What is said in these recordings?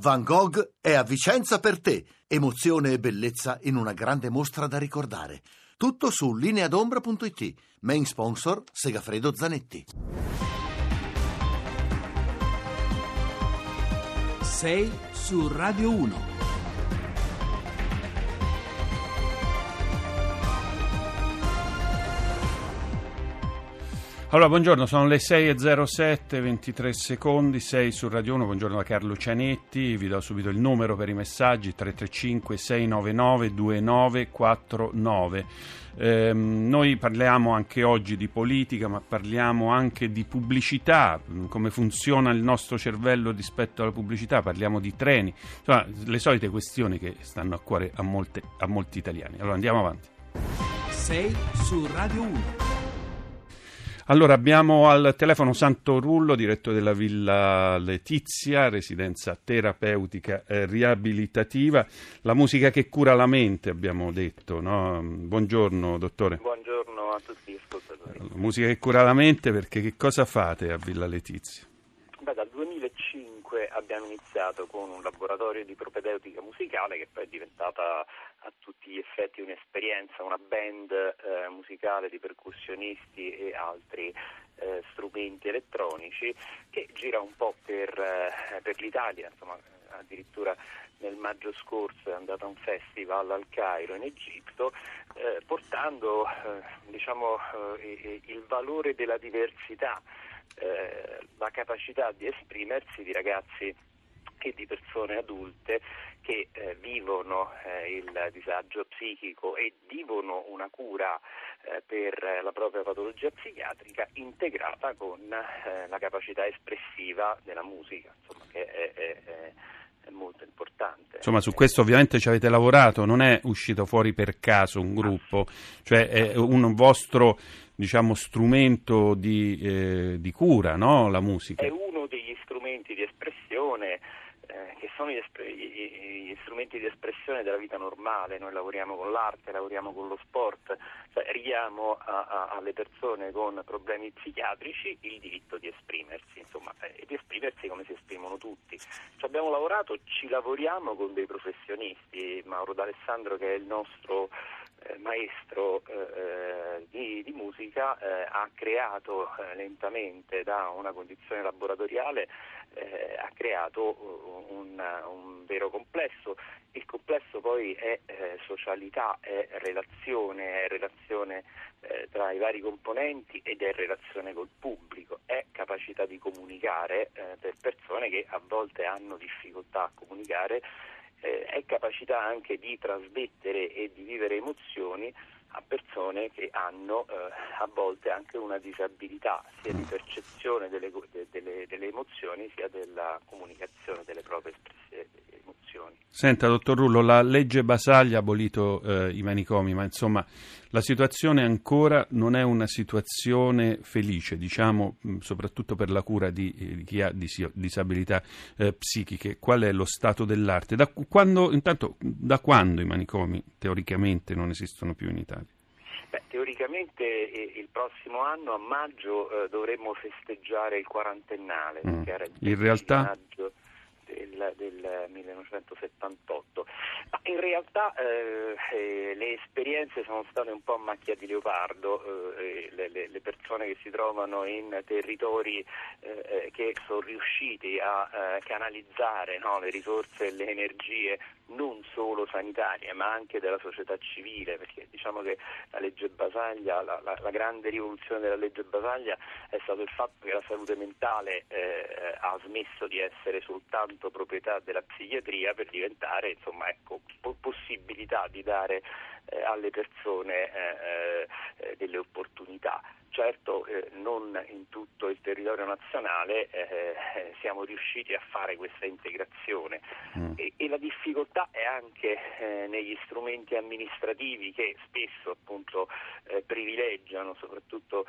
Van Gogh è a Vicenza per te. Emozione e bellezza in una grande mostra da ricordare. Tutto su lineadombra.it. Main sponsor Segafredo Zanetti. 6 su Radio 1. Allora, buongiorno, sono le 6.07, 23 secondi, 6 su Radio 1, buongiorno da Carlo Cianetti, vi do subito il numero per i messaggi, 335-699-2949. Noi parliamo anche oggi di politica, ma parliamo anche di pubblicità, come funziona il nostro cervello rispetto alla pubblicità, parliamo di treni, insomma, le solite questioni che stanno a cuore a molti italiani. Allora, andiamo avanti. 6 su Radio 1. Allora, abbiamo al telefono Santo Rullo, direttore della Villa Letizia, residenza terapeutica e riabilitativa. La musica che cura la mente, abbiamo detto, no? Buongiorno, dottore. Buongiorno a tutti gli ascoltatori. Musica che cura la mente, perché che cosa fate a Villa Letizia? Dal 2005 abbiamo iniziato con un laboratorio di propedeutica musicale che poi è diventata a tutti gli effetti un'esperienza, una band musicale di percussionisti e altri strumenti elettronici che gira un po' per l'Italia, insomma, addirittura nel maggio scorso è andata a un festival al Cairo in Egitto, portando il valore della diversità, la capacità di esprimersi di ragazzi e di persone adulte che vivono il disagio psichico e vivono una cura per la propria patologia psichiatrica integrata con la capacità espressiva della musica, insomma, che è molto importante. Insomma, su questo ovviamente ci avete lavorato, non è uscito fuori per caso un gruppo, cioè è un vostro, diciamo, strumento di cura, no? La musica. È uno degli strumenti di espressione che sono gli strumenti di espressione della vita normale. Noi lavoriamo con l'arte, lavoriamo con lo sport, cioè diamo alle persone con problemi psichiatrici il diritto di esprimersi, insomma, e di esprimersi come si esprimono tutti. Ci abbiamo lavorato, ci lavoriamo con dei professionisti. Mauro D'Alessandro, che è il nostro maestro di musica, ha creato lentamente da una condizione laboratoriale, ha creato un vero complesso. Il complesso poi è socialità, è relazione tra i vari componenti ed è relazione col pubblico, è capacità di comunicare per persone che a volte hanno difficoltà a comunicare, è capacità anche di trasmettere e di vivere emozioni a persone che hanno a volte anche una disabilità sia di percezione delle emozioni sia della comunicazione delle proprie emozioni. Senta, dottor Rullo, la legge Basaglia ha abolito i manicomi, ma insomma la situazione ancora non è una situazione felice, diciamo, soprattutto per la cura di chi ha disabilità psichiche. Qual è lo stato dell'arte? Da quando i manicomi teoricamente non esistono più in Italia? Teoricamente il prossimo anno, a maggio, dovremmo festeggiare il quarantennale, che era in realtà maggio del 1978. Ma in realtà le esperienze sono state un po' a macchia di leopardo, le persone che si trovano in territori che sono riusciti a canalizzare, no, le risorse e le energie non solo sanitarie ma anche della società civile, perché diciamo che la legge Basaglia, la grande rivoluzione della legge Basaglia è stato il fatto che la salute mentale ha smesso di essere soltanto proprietà della psichiatria per diventare, insomma, possibilità di dare alle persone delle opportunità. Certo, non in tutto il territorio nazionale siamo riusciti a fare questa integrazione e la difficoltà è anche negli strumenti amministrativi che spesso appunto privilegiano soprattutto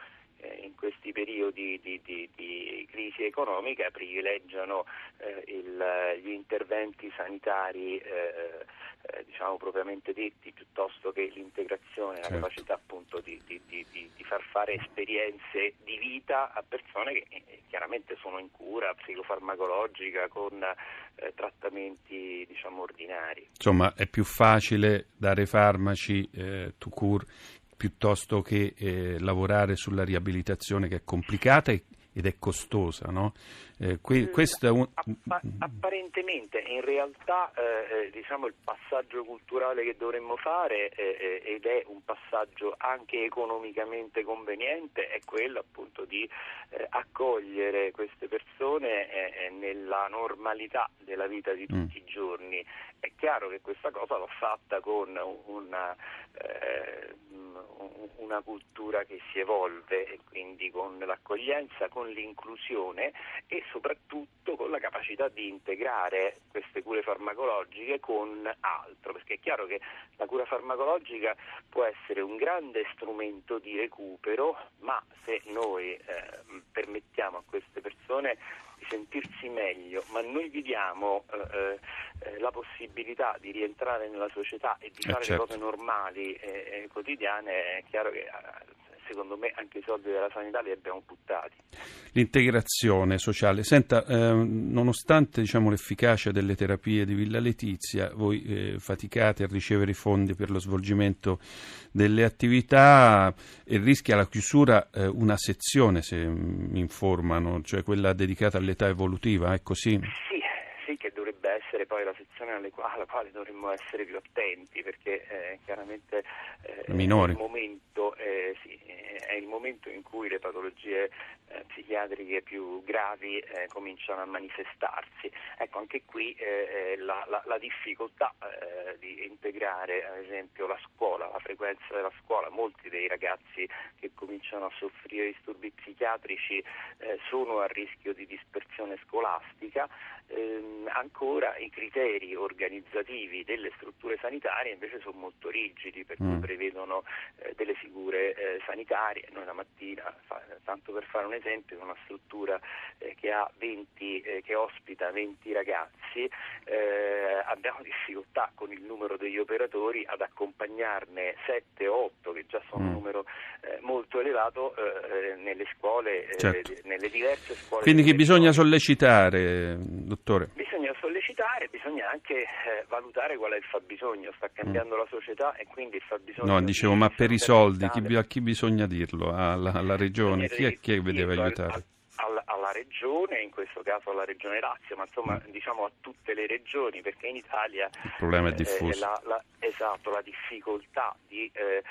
in questi periodi di crisi economica privilegiano gli interventi sanitari diciamo propriamente detti, piuttosto che l'integrazione, la capacità appunto di far fare esperienze di vita a persone che chiaramente sono in cura psicofarmacologica con trattamenti diciamo ordinari. Insomma, è più facile dare farmaci to cure piuttosto che lavorare sulla riabilitazione, che è complicata ed è costosa, no? Questo è apparentemente, in realtà diciamo il passaggio culturale che dovremmo fare ed è un passaggio anche economicamente conveniente, è quello appunto di accogliere queste persone nella normalità della vita di tutti i giorni. È chiaro che questa cosa l'ho fatta con una cultura che si evolve, e quindi con l'accoglienza, con l'inclusione e soprattutto con la capacità di integrare queste cure farmacologiche con altro, perché è chiaro che la cura farmacologica può essere un grande strumento di recupero, ma se noi permettiamo a queste persone di sentirsi meglio, ma noi gli diamo la possibilità di rientrare nella società e di fare le cose normali e quotidiane, è chiaro che secondo me anche i soldi della sanità li abbiamo buttati. L'integrazione sociale. Senta, nonostante diciamo l'efficacia delle terapie di Villa Letizia, voi faticate a ricevere i fondi per lo svolgimento delle attività e rischia la chiusura una sezione, se mi informano, cioè quella dedicata all'età evolutiva, è così? Sì, che dovrebbe essere poi la sezione alla quale dovremmo essere più attenti, perché chiaramente minori. È il momento in cui le patologie psichiatriche più gravi cominciano a manifestarsi. Ecco, anche qui la difficoltà di integrare ad esempio la scuola, la frequenza della scuola. Molti dei ragazzi che cominciano a soffrire disturbi psichiatrici sono a rischio di dispersione scolastica. Ancora i criteri organizzativi delle strutture sanitarie invece sono molto rigidi, perché prevedono delle figure sanitarie. Noi la mattina, tanto per fare un esempio, in una struttura che ospita 20 ragazzi, abbiamo difficoltà con il numero degli operatori ad accompagnarne 7 o 8, che già sono un numero molto elevato nelle scuole, nelle diverse scuole. Quindi che bisogna sollecitare, dottore? Bisogna sollecitare, bisogna anche valutare qual è il fabbisogno. Sta cambiando la società e quindi il fabbisogno. No, dicevo, ma per i soldi a chi bisogna dirlo? Alla regione? Chi è che deve aiutare? Alla regione, in questo caso alla regione Lazio, ma insomma diciamo a tutte le regioni, perché in Italia il problema è diffuso. La difficoltà di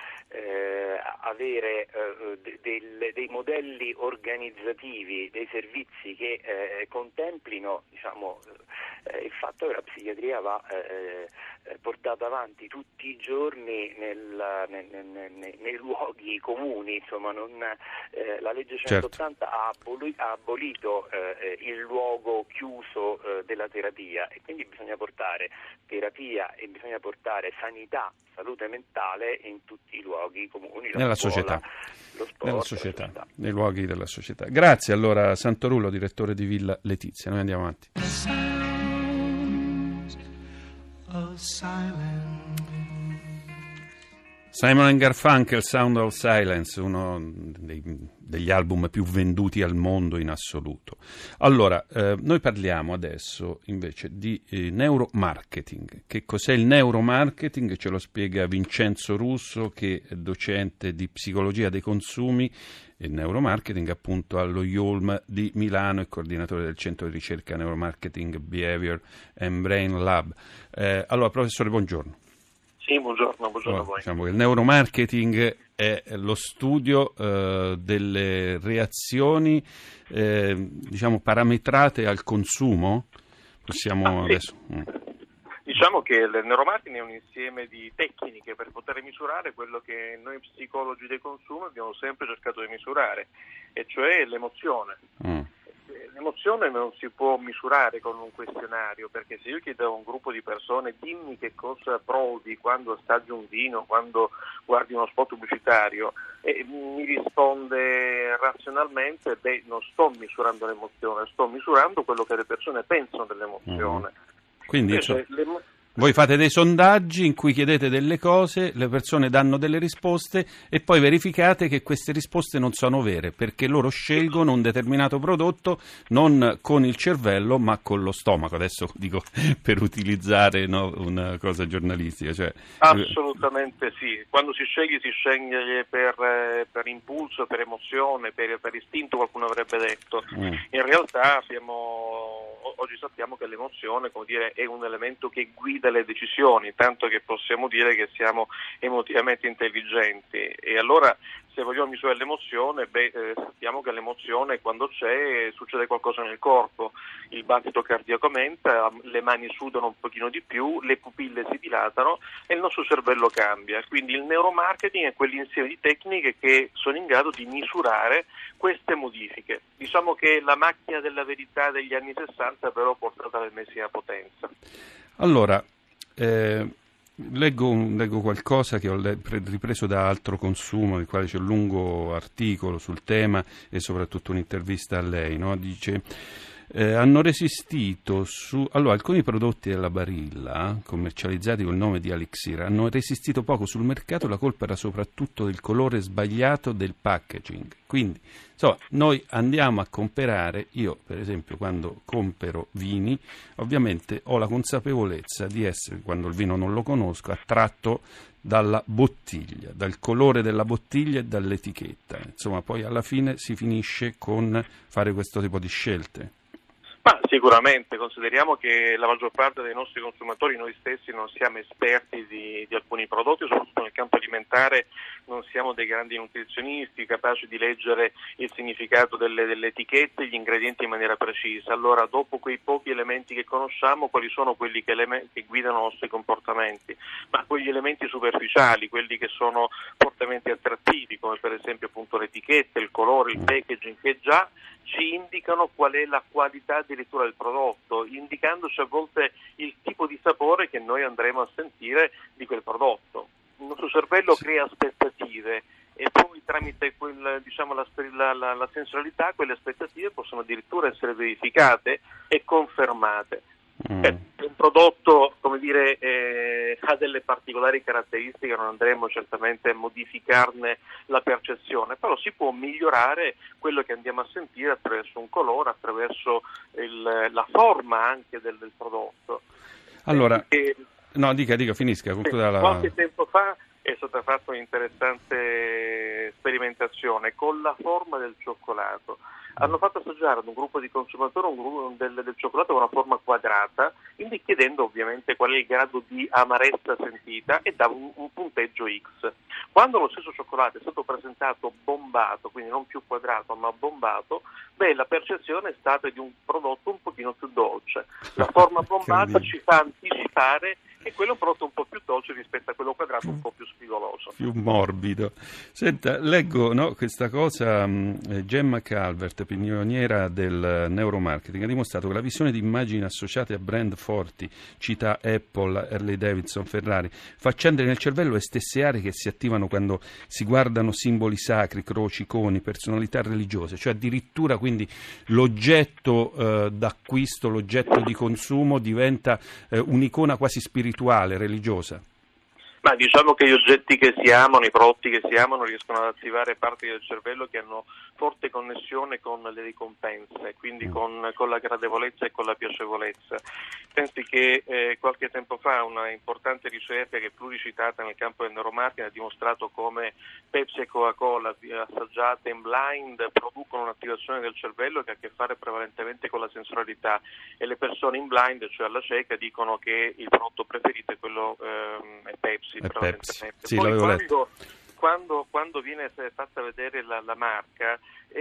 avere dei modelli organizzativi, dei servizi che contemplino diciamo il fatto che la psichiatria va portata avanti tutti i giorni nei luoghi comuni. Insomma, la legge 180 ha abolito il luogo chiuso della terapia, e quindi bisogna portare terapia e bisogna portare sanità, salute mentale in tutti i luoghi comuni, nella società, lo sport, nei luoghi della società. Grazie allora Santorullo, direttore di Villa Letizia. Noi andiamo avanti. Simon & Garfunkel, Sound of Silence, uno degli album più venduti al mondo in assoluto. Allora, noi parliamo adesso invece di neuromarketing. Che cos'è il neuromarketing? Ce lo spiega Vincenzo Russo, che è docente di psicologia dei consumi e neuromarketing appunto allo IOLM di Milano e coordinatore del centro di ricerca Neuromarketing Behavior and Brain Lab. Allora, professore, buongiorno. Sì, buongiorno a voi. Diciamo che il neuromarketing è lo studio delle reazioni diciamo parametrate al consumo. Possiamo adesso. Diciamo che il neuromarketing è un insieme di tecniche per poter misurare quello che noi psicologi dei consumi abbiamo sempre cercato di misurare, e cioè l'emozione. l'emozione non si può misurare con un questionario, perché se io chiedo a un gruppo di persone dimmi che cosa provi quando assaggi un vino, quando guardi uno spot pubblicitario, e mi risponde razionalmente non sto misurando l'emozione, sto misurando quello che le persone pensano dell'emozione. Quindi voi fate dei sondaggi in cui chiedete delle cose, le persone danno delle risposte e poi verificate che queste risposte non sono vere, perché loro scelgono un determinato prodotto non con il cervello ma con lo stomaco. Adesso dico per utilizzare una cosa giornalistica. Cioè, assolutamente sì, quando si sceglie per impulso, per emozione, per istinto, qualcuno avrebbe detto. In realtà oggi sappiamo che l'emozione, come dire, è un elemento che guida le decisioni, tanto che possiamo dire che siamo emotivamente intelligenti. E allora, se vogliamo misurare l'emozione, sappiamo che l'emozione, quando c'è, succede qualcosa nel corpo, il battito cardiaco aumenta, le mani sudano un pochino di più, le pupille si dilatano e il nostro cervello cambia. Quindi il neuromarketing è quell'insieme di tecniche che sono in grado di misurare queste modifiche. Diciamo che è la macchina della verità degli anni 60, però portata all'ennesima potenza. Allora, leggo qualcosa che ho ripreso da Altro Consumo, nel quale c'è un lungo articolo sul tema e soprattutto un'intervista a lei, no? Dice: hanno resistito alcuni prodotti della Barilla, commercializzati col nome di Alixir, hanno resistito poco sul mercato. La colpa era soprattutto del colore sbagliato del packaging. Quindi, noi andiamo a comprare, io per esempio quando compro vini, ovviamente ho la consapevolezza di essere, quando il vino non lo conosco, attratto dalla bottiglia, dal colore della bottiglia e dall'etichetta. Insomma, poi alla fine si finisce con fare questo tipo di scelte. Ma sicuramente, consideriamo che la maggior parte dei nostri consumatori, noi stessi, non siamo esperti di alcuni prodotti, soprattutto nel campo alimentare non siamo dei grandi nutrizionisti capaci di leggere il significato delle etichette e gli ingredienti in maniera precisa. Allora, dopo quei pochi elementi che conosciamo, quali sono quelli che guidano i nostri comportamenti? Ma quegli elementi superficiali, quelli che sono fortemente attrattivi, come per esempio appunto l'etichetta, il colore, il packaging, che già ci indicano qual è la qualità addirittura del prodotto, indicandoci a volte il tipo di sapore che noi andremo a sentire di quel prodotto. Il nostro cervello crea aspettative e poi tramite la sensorialità quelle aspettative possono addirittura essere verificate e confermate. Un prodotto, come dire, ha delle particolari caratteristiche, non andremo certamente a modificarne la percezione, però si può migliorare quello che andiamo a sentire attraverso un colore, attraverso la forma anche del prodotto. Allora, dica, finisca. Qualche tempo fa è stata fatta un'interessante sperimentazione con la forma del cioccolato. Hanno fatto assaggiare ad un gruppo di consumatori del cioccolato con una forma quadrata, quindi chiedendo ovviamente qual è il grado di amarezza sentita, e dava un punteggio X. Quando lo stesso cioccolato è stato presentato bombato, quindi non più quadrato ma bombato, la percezione è stata di un prodotto un pochino più dolce. La forma bombata ci fa anticipare che quello è un prodotto un po' più dolce rispetto a quello quadrato un po' più spigoloso. Più morbido. Senta, leggo questa cosa, Gemma Calvert, pioniera del neuromarketing, ha dimostrato che la visione di immagini associate a brand forti, cita Apple, Harley Davidson, Ferrari, fa accendere nel cervello le stesse aree che si attivano quando si guardano simboli sacri, croci, icone, personalità religiose, cioè addirittura quindi l'oggetto d'acquisto, l'oggetto di consumo diventa un'icona quasi spirituale, religiosa. Ma diciamo che gli oggetti che si amano, i prodotti che si amano, riescono ad attivare parti del cervello che hanno forte connessione con le ricompense, quindi con la gradevolezza e con la piacevolezza. Pensi che qualche tempo fa una importante ricerca che è pluricitata nel campo del neuromarketing ha dimostrato come Pepsi e Coca-Cola assaggiate in blind producono un'attivazione del cervello che ha a che fare prevalentemente con la sensorialità, e le persone in blind, cioè alla cieca, dicono che il prodotto preferito è quello è Pepsi. Sì, l'avevo letto. Quando viene fatta vedere la marca,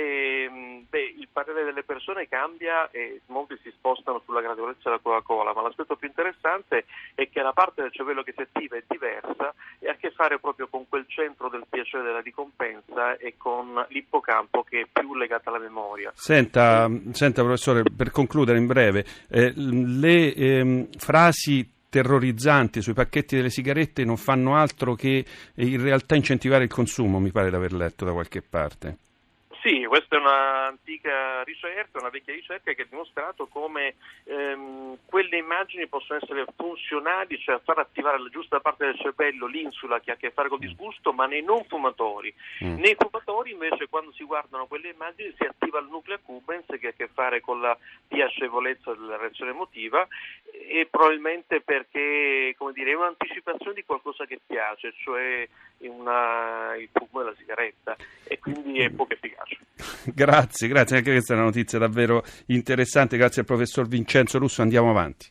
il parere delle persone cambia e molti si spostano sulla gradevolezza della Coca-Cola, ma l'aspetto più interessante è che la parte del cervello che si attiva è diversa e ha a che fare proprio con quel centro del piacere della ricompensa e con l'ippocampo che è più legato alla memoria. Senta professore, per concludere in breve, le frasi terrorizzanti sui pacchetti delle sigarette non fanno altro che in realtà incentivare il consumo, mi pare di aver letto da qualche parte. Sì, questa è un'antica ricerca, una vecchia ricerca che ha dimostrato come quelle immagini possono essere funzionali, cioè far attivare la giusta parte del cervello, l'insula, che ha a che fare col disgusto, ma nei non fumatori. Nei fumatori invece, quando si guardano quelle immagini, si attiva il nucleo accumbens, che ha a che fare con la piacevolezza della reazione emotiva, e probabilmente perché, come dire, è un'anticipazione di qualcosa che piace, cioè il fumo della sigaretta, e quindi è poco efficace. Grazie, anche questa è una notizia davvero interessante, grazie al professor Vincenzo Russo, andiamo avanti.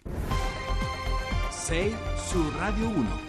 6 su Radio 1.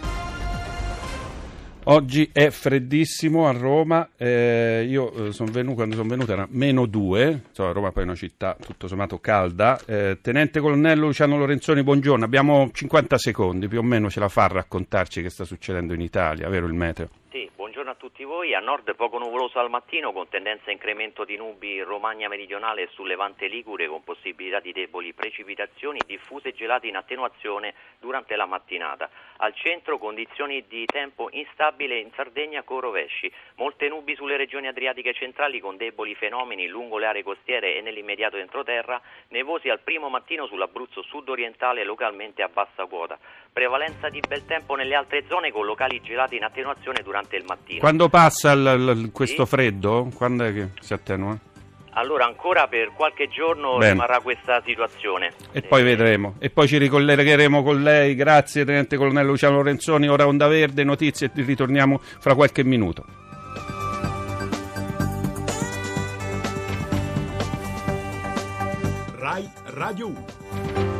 Oggi è freddissimo a Roma, io quando sono venuto era -2, Roma poi è una città tutto sommato calda. Tenente colonnello Luciano Lorenzoni, buongiorno, abbiamo 50 secondi, più o meno ce la fa a raccontarci che sta succedendo in Italia, vero il meteo? Sì, buongiorno a tutti voi. A nord poco nuvoloso al mattino, con tendenza a incremento di nubi in Romagna meridionale e sul Levante Ligure, con possibilità di deboli precipitazioni diffuse e gelate in attenuazione durante la mattinata. Al centro condizioni di tempo instabile in Sardegna con rovesci, molte nubi sulle regioni adriatiche centrali con deboli fenomeni lungo le aree costiere e nell'immediato entroterra, nevosi al primo mattino sull'Abruzzo sud-orientale localmente a bassa quota. Prevalenza di bel tempo nelle altre zone con locali gelati in attenuazione durante il mattino. Quando passa questo freddo? Quando è che si attenua? Allora ancora per qualche giorno rimarrà questa situazione. E poi vedremo. E poi ci ricollegheremo con lei. Grazie Tenente Colonnello Luciano Lorenzoni. Ora Onda Verde, notizie, e ritorniamo fra qualche minuto. Rai Radio 1.